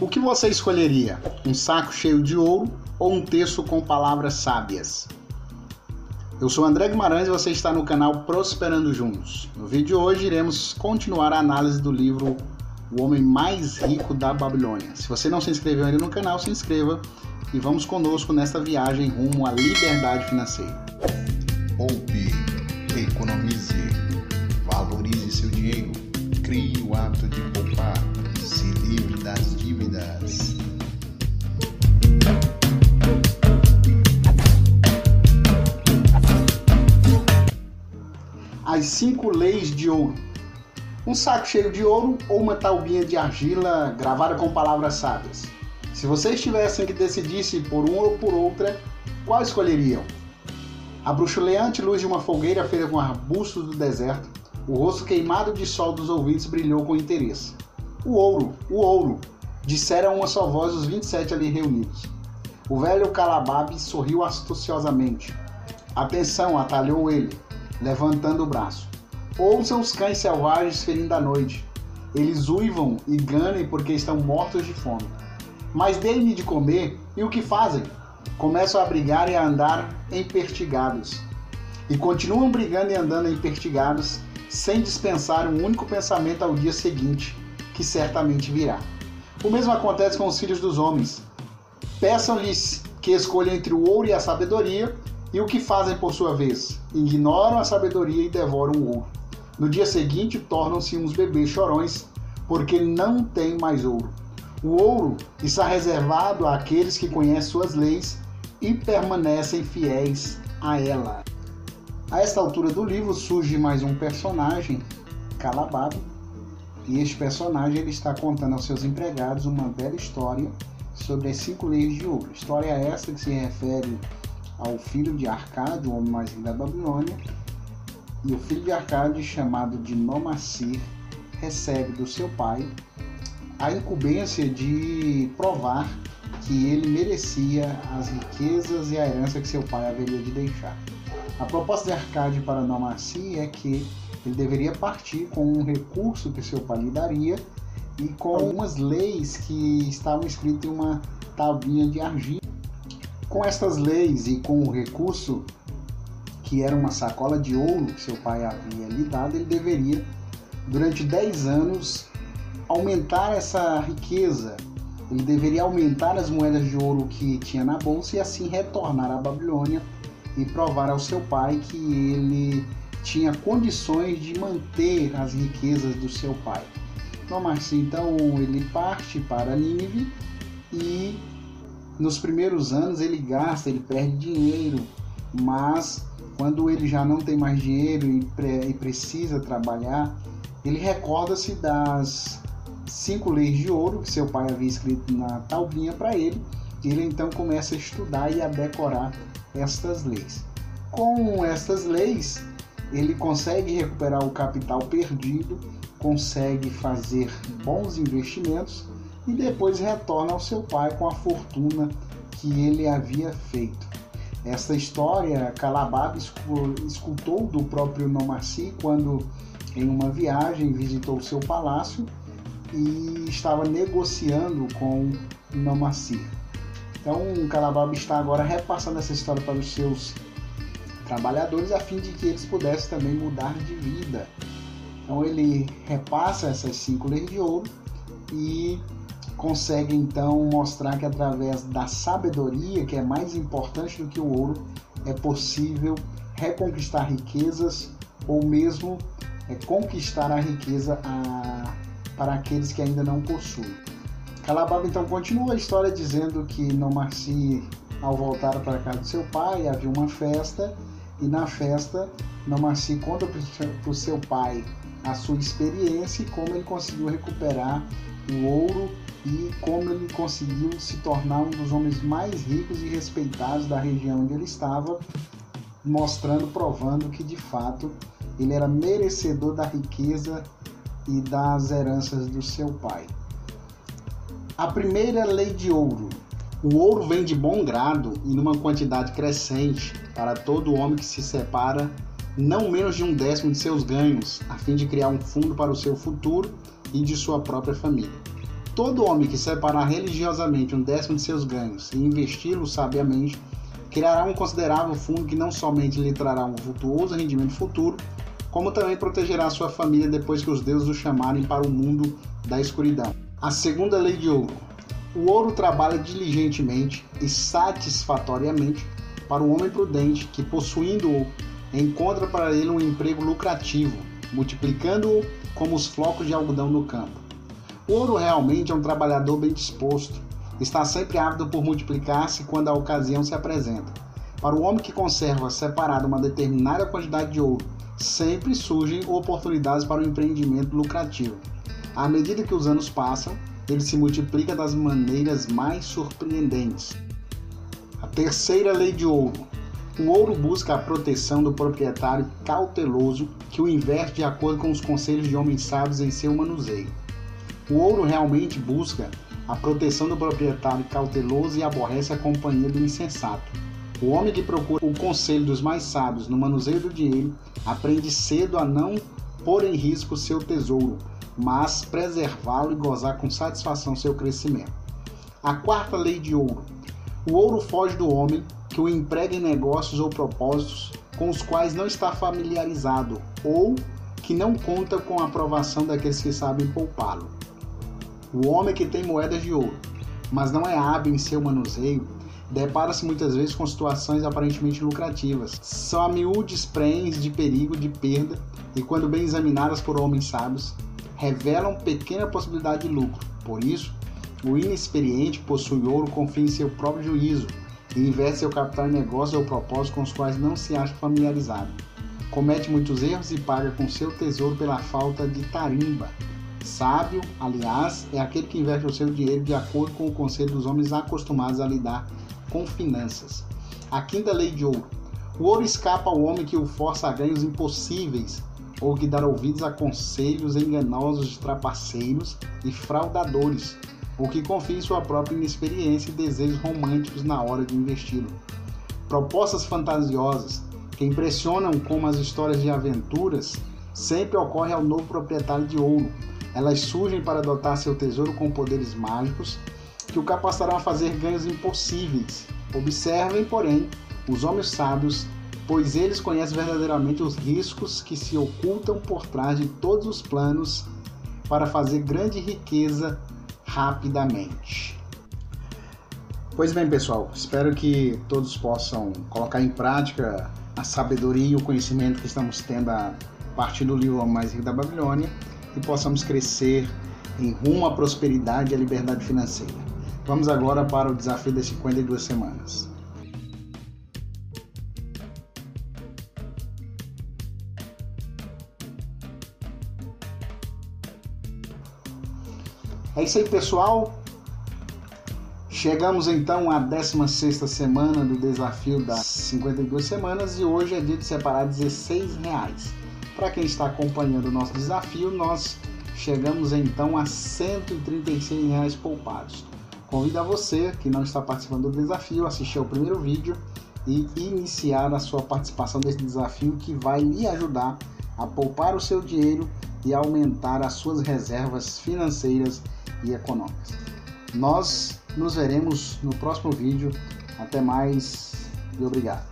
O que você escolheria? Um saco cheio de ouro ou um terço com palavras sábias? Eu sou André Guimarães e você está no canal Prosperando Juntos. No vídeo de hoje iremos continuar a análise do livro O Homem Mais Rico da Babilônia. Se você não se inscreveu ainda no canal, se inscreva e vamos conosco nesta viagem rumo à liberdade financeira. Poupe, economize, valorize seu dinheiro, crie o hábito de poupar, se livre das dívidas. As 5 leis de ouro. Um saco cheio de ouro ou uma taubinha de argila gravada com palavras sábias. Se vocês tivessem que decidir-se por uma ou por outra, qual escolheriam? A bruxuleante luz de uma fogueira feita com arbustos do deserto, o rosto queimado de sol dos ouvintes brilhou com interesse. O ouro, disseram uma só voz os 27 ali reunidos. O velho Calabab sorriu astuciosamente. Atenção, atalhou ele, levantando o braço. Ouçam os cães selvagens ferindo a noite. Eles uivam e ganem porque estão mortos de fome. Mas deem-me de comer, e o que fazem? Começam a brigar e a andar empertigados. E continuam brigando e andando empertigados, sem dispensar um único pensamento ao dia seguinte, que certamente virá. O mesmo acontece com os filhos dos homens. Peçam-lhes que escolham entre o ouro e a sabedoria, e o que fazem por sua vez? Ignoram a sabedoria e devoram o ouro. No dia seguinte tornam-se uns bebês chorões, porque não têm mais ouro. O ouro está reservado àqueles que conhecem suas leis e permanecem fiéis a ela. A esta altura do livro surge mais um personagem, Calabab, e este personagem ele está contando aos seus empregados uma bela história sobre as 5 leis de ouro. História essa que se refere ao filho de Arcade, o homem mais rico da Babilônia, e o filho de Arcade, chamado de Nomassir, recebe do seu pai a incumbência de provar que ele merecia as riquezas e a herança que seu pai haveria de deixar. A proposta de Arcade para Nomassir é que ele deveria partir com um recurso que seu pai lhe daria e com algumas leis que estavam escritas em uma tabuinha de argila. Com estas leis e com o recurso, que era uma sacola de ouro que seu pai havia lhe dado, ele deveria, durante 10 anos, aumentar essa riqueza. Ele deveria aumentar as moedas de ouro que tinha na bolsa e assim retornar à Babilônia e provar ao seu pai que ele tinha condições de manter as riquezas do seu pai. Então ele parte para Nínive e nos primeiros anos ele gasta, ele perde dinheiro, mas quando ele já não tem mais dinheiro e precisa trabalhar, ele recorda-se das 5 leis de ouro que seu pai havia escrito na taubinha para ele, e ele então começa a estudar e a decorar estas leis. Com estas leis, ele consegue recuperar o capital perdido, consegue fazer bons investimentos e depois retorna ao seu pai com a fortuna que ele havia feito. Esta história, Calabab escutou do próprio Nomassir quando, em uma viagem, visitou seu palácio e estava negociando com Nomassir. Então, Calabab está agora repassando essa história para os seus trabalhadores a fim de que eles pudessem também mudar de vida. Então, ele repassa essas 5 leis de ouro e consegue então mostrar que através da sabedoria, que é mais importante do que o ouro, é possível reconquistar riquezas ou mesmo conquistar a riqueza para aqueles que ainda não possuem. Calabab então continua a história dizendo que Nomassir, ao voltar para a casa do seu pai, havia uma festa e na festa Nomassir conta para o seu pai a sua experiência e como ele conseguiu recuperar o ouro e como ele conseguiu se tornar um dos homens mais ricos e respeitados da região onde ele estava, provando que de fato ele era merecedor da riqueza e das heranças do seu pai. A primeira lei de ouro. O ouro vem de bom grado e numa quantidade crescente para todo homem que se separa não menos de 1/10 de seus ganhos, a fim de criar um fundo para o seu futuro e de sua própria família. Todo homem que separar religiosamente 1/10 de seus ganhos e investi-lo sabiamente, criará um considerável fundo que não somente lhe trará um vultuoso rendimento futuro, como também protegerá sua família depois que os deuses o chamarem para o mundo da escuridão. A segunda lei de ouro. O ouro trabalha diligentemente e satisfatoriamente para o homem prudente que, possuindo-o, encontra para ele um emprego lucrativo, multiplicando-o como os flocos de algodão no campo. O ouro realmente é um trabalhador bem disposto, está sempre ávido por multiplicar-se quando a ocasião se apresenta. Para o homem que conserva separado uma determinada quantidade de ouro, sempre surgem oportunidades para o empreendimento lucrativo. À medida que os anos passam, ele se multiplica das maneiras mais surpreendentes. A terceira lei de ouro. O ouro busca a proteção do proprietário cauteloso que o investe de acordo com os conselhos de homens sábios em seu manuseio. O ouro realmente busca a proteção do proprietário cauteloso e aborrece a companhia do insensato. O homem que procura o conselho dos mais sábios no manuseio do dinheiro aprende cedo a não pôr em risco seu tesouro, mas preservá-lo e gozar com satisfação seu crescimento. A quarta lei de ouro. O ouro foge do homem que o emprega em negócios ou propósitos com os quais não está familiarizado ou que não conta com a aprovação daqueles que sabem poupá-lo. O homem que tem moedas de ouro, mas não é hábil em seu manuseio, depara-se muitas vezes com situações aparentemente lucrativas. São a miúdes preenhes de perigo de perda e, quando bem examinadas por homens sábios, revelam pequena possibilidade de lucro. Por isso, o inexperiente possui ouro, confia em seu próprio juízo e investe seu capital em negócios ou propósitos com os quais não se acha familiarizado. Comete muitos erros e paga com seu tesouro pela falta de tarimba. Sábio, aliás, é aquele que investe o seu dinheiro de acordo com o conselho dos homens acostumados a lidar com finanças. A quinta lei de ouro. O ouro escapa ao homem que o força a ganhos impossíveis ou que dá ouvidos a conselhos enganosos de trapaceiros e fraudadores, ou que confia em sua própria inexperiência e desejos românticos na hora de investi-lo. Propostas fantasiosas que impressionam como as histórias de aventuras sempre ocorrem ao novo proprietário de ouro. Elas surgem para dotar seu tesouro com poderes mágicos que o capacitarão a fazer ganhos impossíveis. Observem, porém, os homens sábios, pois eles conhecem verdadeiramente os riscos que se ocultam por trás de todos os planos para fazer grande riqueza rapidamente. Pois bem, pessoal, espero que todos possam colocar em prática a sabedoria e o conhecimento que estamos tendo a partir do livro Homem Mais Rico da Babilônia e possamos crescer em rumo à prosperidade e à liberdade financeira. Vamos agora para o desafio das 52 semanas. É isso aí, pessoal. Chegamos então à 16ª semana do desafio das 52 semanas e hoje é dia de separar R$16. Para quem está acompanhando o nosso desafio, nós chegamos então a R$136 poupados. Convido a você que não está participando do desafio a assistir ao primeiro vídeo e iniciar a sua participação nesse desafio que vai lhe ajudar a poupar o seu dinheiro e aumentar as suas reservas financeiras e econômicas. Nós nos veremos no próximo vídeo. Até mais e obrigado.